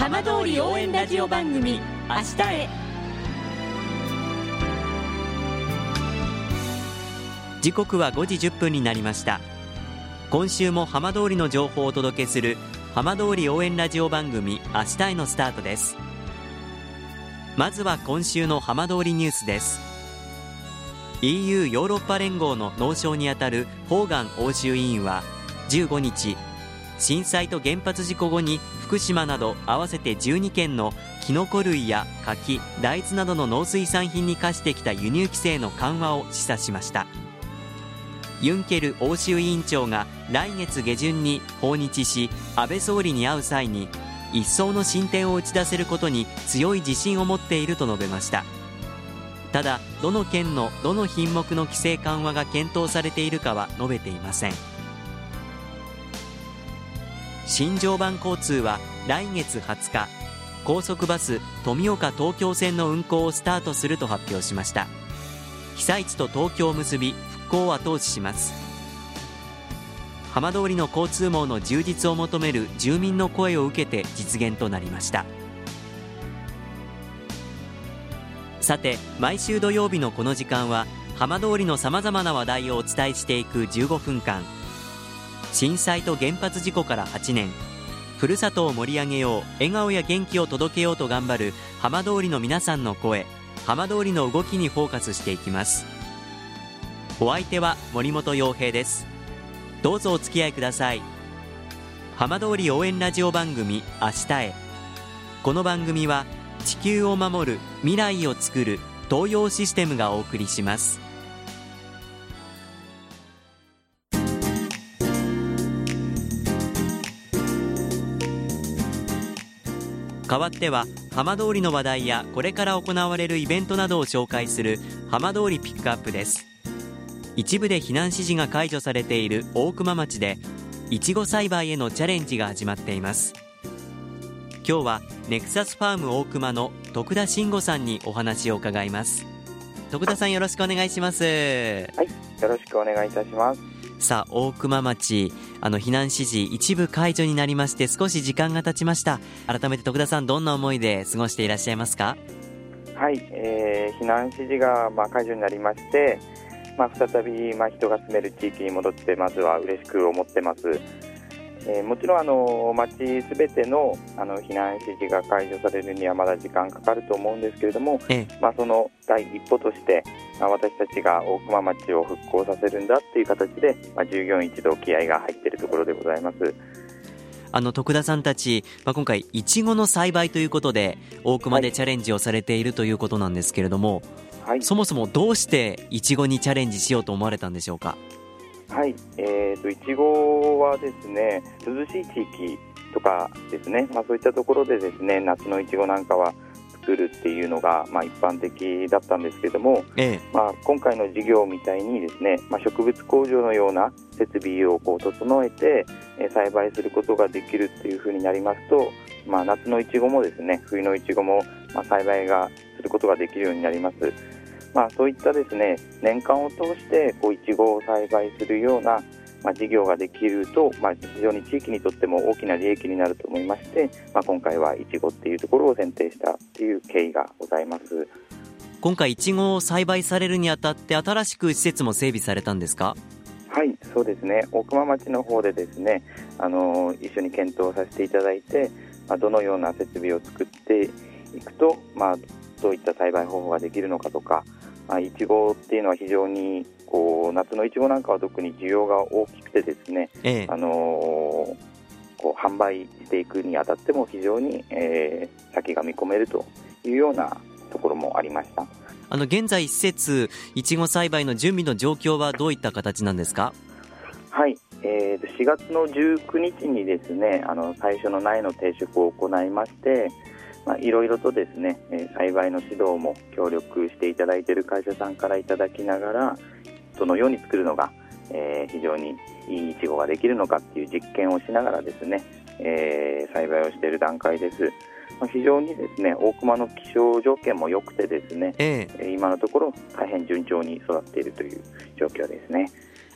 浜通り応援ラジオ番組明日へ。 時刻は5時10分になりました。今週も浜通りの情報をお届けする浜通り応援ラジオ番組明日へのスタートです。まずは今週の浜通りニュースです。 EU ヨーロッパ連合の農相にあたるホーガン欧州委員は15日、震災と原発事故後に福島など合わせて12県のキノコ類や柿、大豆などの農水産品に課してきた輸入規制の緩和を示唆しました。ユンケル欧州委員長が来月下旬に訪日し、安倍総理に会う際に一層の進展を打ち出せることに強い自信を持っていると述べました。ただ、どの県のどの品目の規制緩和が検討されているかは述べていません。新常磐交通は来月20日、高速バス富岡東京線の運行をスタートすると発表しました。被災地と東京を結び、復興を後押しします。浜通りの交通網の充実を求める住民の声を受けて実現となりました。さて、毎週土曜日のこの時間は浜通りのさまざまな話題をお伝えしていく15分間。震災と原発事故から8年、ふるさとを盛り上げよう、笑顔や元気を届けようと頑張る浜通りの皆さんの声、浜通りの動きにフォーカスしていきます。お相手は森本洋平です。どうぞお付き合いください。浜通り応援ラジオ番組明日へ。この番組は地球を守る、未来をつくる東洋システムがお送りします。代わっては浜通りの話題やこれから行われるイベントなどを紹介する浜通りピックアップです。一部で避難指示が解除されている大熊町でいちご栽培へのチャレンジが始まっています。今日はネクサスファーム大熊の徳田慎吾さんにお話を伺います。徳田さん、よろしくお願いします。はい、 よろしくお願いいたします。 さあ、大熊町、避難指示一部解除になりまして少し時間が経ちました。改めて徳田さん、どんな思いで過ごしていらっしゃいますか？ はい、避難指示が解除になりまして、再び人が住める地域に戻ってまずは嬉しく思ってます。もちろん町すべての避難指示が解除されるにはまだ時間かかると思うんですけれども、その第一歩として私たちが大熊町を復興させるんだっていう形で、従業員一同気合が入っているところでございます。 徳田さんたち、今回いちごの栽培ということで大熊でチャレンジをされているということなんですけれども、そもそもどうしていちごにチャレンジしようと思われたんでしょうか？ はい、いちごはですね、涼しい地域とかですね、そういったところでですね、夏のいちごなんかは作るっていうのが一般的だったんですけれども、今回の事業みたいにですね、植物工場のような設備を整えて栽培することができるっていうふうになりますと、夏のいちごもですね、冬のいちごも栽培がすることができるようになります。そういったですね、年間を通していちごを栽培するような事業ができると、非常に地域にとっても大きな利益になると思いまして、今回はいちごっていうところを選定したという経緯がございます。 今回いちごを栽培されるにあたって新しく施設も整備されたんですか？ はい、そうですね、大熊町の方でですね、一緒に検討させていただいて、どのような設備を作っていくと、どういった栽培方法ができるのかとか、いちごっていうのは非常に夏のいちごなんかは特に需要が大きくてですね、販売していくにあたっても非常に、先が見込めるというようなところもありました。 現在施設いちご栽培の準備の状況はどういった形なんですか？ はい、4月の19日にですね、最初の苗の定食を行いまして、いろいろとですね、栽培の指導も協力していただいている会社さんからいただきながら、どのように作るのが、非常にいいいちごができるのかっていう実験をしながらですね、栽培をしている段階です。非常にですね、大熊の気象条件も良くてですね、今のところ大変順調に育っているという状況ですね。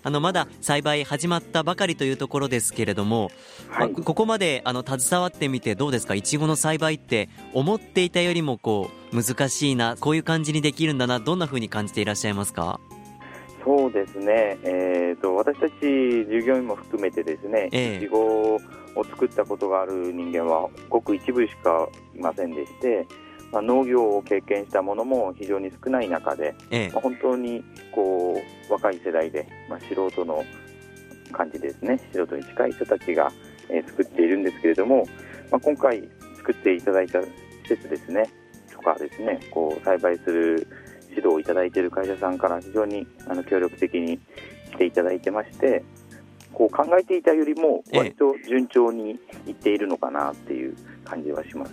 まだ栽培始まったばかりというところですけれども、 はい、 ここまで携わってみてどうですか？いちごの栽培って思っていたよりも難しいな、こういう感じにできるんだな、どんな風に感じていらっしゃいますか？ そうですね、私たち従業員も含めてですね、いちごを作ったことがある人間はごく一部しかいませんでして、農業を経験したものも非常に少ない中で、本当に若い世代で、素人の感じですね、素人に近い人たちが、作っているんですけれども、今回作っていただいた施設ですねとかですね、栽培する指導をいただいている会社さんから非常に協力的にしていただいてまして、考えていたよりも割と順調にいっているのかなっていう感じはします。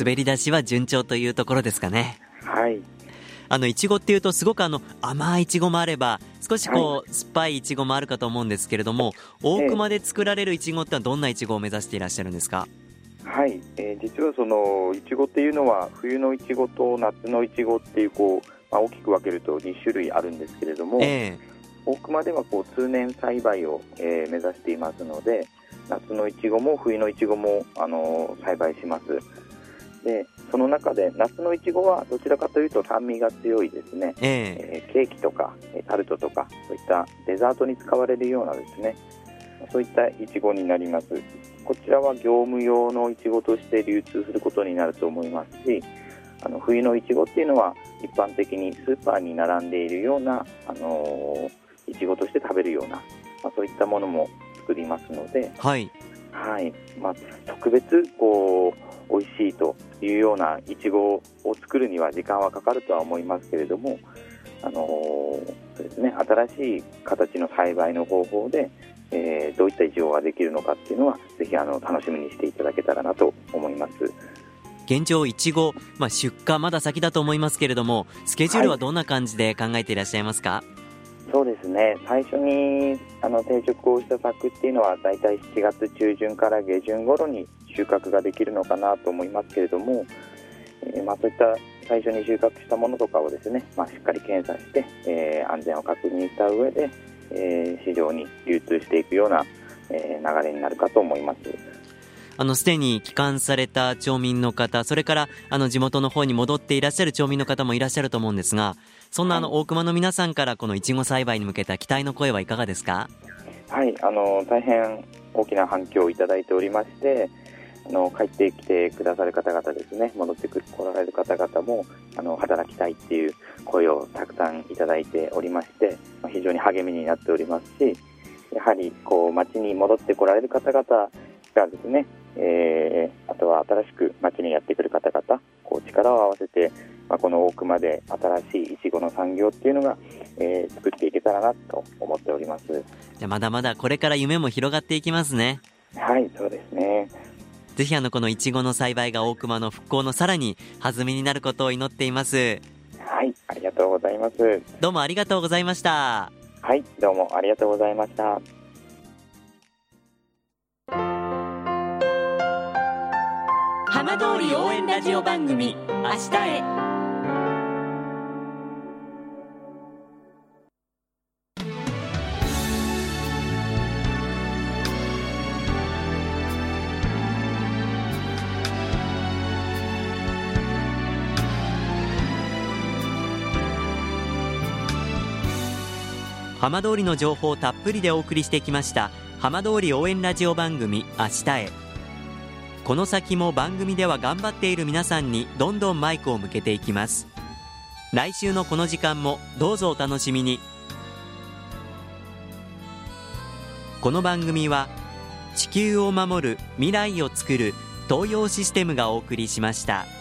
滑り出しは順調というところですかね。 はい。 いちごっていうとすごく甘いいちごもあれば少し酸っぱいいちごもあるかと思うんですけれども、大熊で作られるいちごってのはどんないちごを目指していらっしゃるんですか？ はい、実はそのいちごっていうのは冬のいちごと夏のいちごっていう大きく分けると2種類あるんですけれども、大熊では通年栽培を、目指していますので、夏のいちごも冬のいちごも栽培します。でその中で夏のいちごはどちらかというと酸味が強いですね、ケーキとかタルトとかそういったデザートに使われるようなですね、そういったいちごになります。こちらは業務用のいちごとして流通することになると思いますし、冬のいちごっていうのは一般的にスーパーに並んでいるような、いちごとして食べるような、そういったものも作りますので、特別美味しいというようないちごを作るには時間はかかるとは思いますけれども、そうですね、新しい形の栽培の方法で、どういったいちごができるのかっていうのはぜひ楽しみにしていただけたらなと思います。 現状いちご、出荷まだ先だと思いますけれども、スケジュールはどんな感じで考えていらっしゃいますか？ そうですね、最初に定食をした作っていうのはだいたい7月中旬から下旬頃に収穫ができるのかなと思いますけれども、そういった最初に収穫したものとかをですね、しっかり検査して、安全を確認した上で、市場に流通していくような、流れになるかと思います。 すでに帰還された町民の方、それから地元の方に戻っていらっしゃる町民の方もいらっしゃると思うんですが、そんな大熊の皆さんからこのいちご栽培に向けた期待の声はいかがですか？ はい、大変大きな反響をいただいておりまして、帰ってきてくださる方々ですね、戻って来られる方々も働きたいっていう声をたくさんいただいておりまして、非常に励みになっておりますし、やはり町に戻って来られる方々がですね、あとは新しく町にやってくる方々、力を合わせて、この大熊で新しいいちごの産業っていうのが、作っていけたらなと思っております。 じゃあまだまだこれから夢も広がっていきますね。 はい、そうですね。 ぜひこのいちごの栽培が大熊の復興のさらに弾みになることを祈っています。 はい、ありがとうございます。 どうもありがとうございました。 はい、どうもありがとうございました。 浜通り応援ラジオ番組明日へ。 浜通りの情報をたっぷりでお送りしてきました浜通り応援ラジオ番組明日へ。この先も番組では頑張っている皆さんにどんどんマイクを向けていきます。来週のこの時間もどうぞお楽しみに。この番組は地球を守る未来をつくる東洋システムがお送りしました。